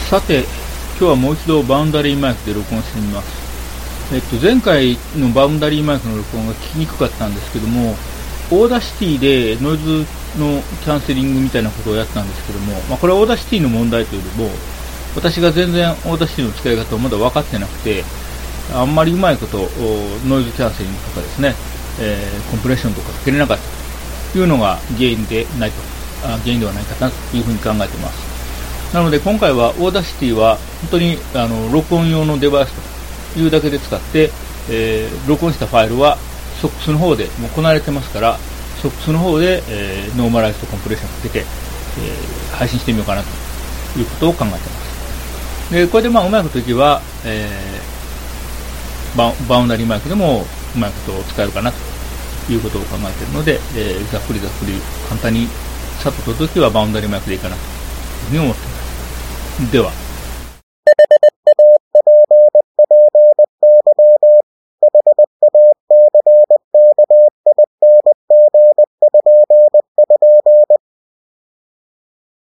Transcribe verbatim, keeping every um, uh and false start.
さて、今日はもう一度バウンダリーマイクで録音してみます。えっと、前回のバウンダリーマイクの録音が聞きにくかったんですけども、オーダーシティでノイズのキャンセリングみたいなことをやったんですけども、まあ、これはオーダーシティの問題というよりも、私が全然オーダーシティの使い方をまだ分かってなくて、あんまりうまいことノイズキャンセリングとかですね、えー、コンプレッションとかかけれなかったというのが原因でないと、あ原因ではないかなというふうに考えています。なので今回はオーダーシティは本当にあの録音用のデバイスというだけで使って、えー、録音したファイルは ソックス の方でもうこなれてますから ソックス の方で、えー、ノーマライズとコンプレッションかけて、えー、配信してみようかなということを考えています。でこれでまあうまいこといけば、えー、バ, バウンダリーマイクでもうまいことを使えるかなということを考えているので、えー、ざっくりざっくり簡単にさっと取るときはバウンダリーマイクでいいかなというふうに思っています。では。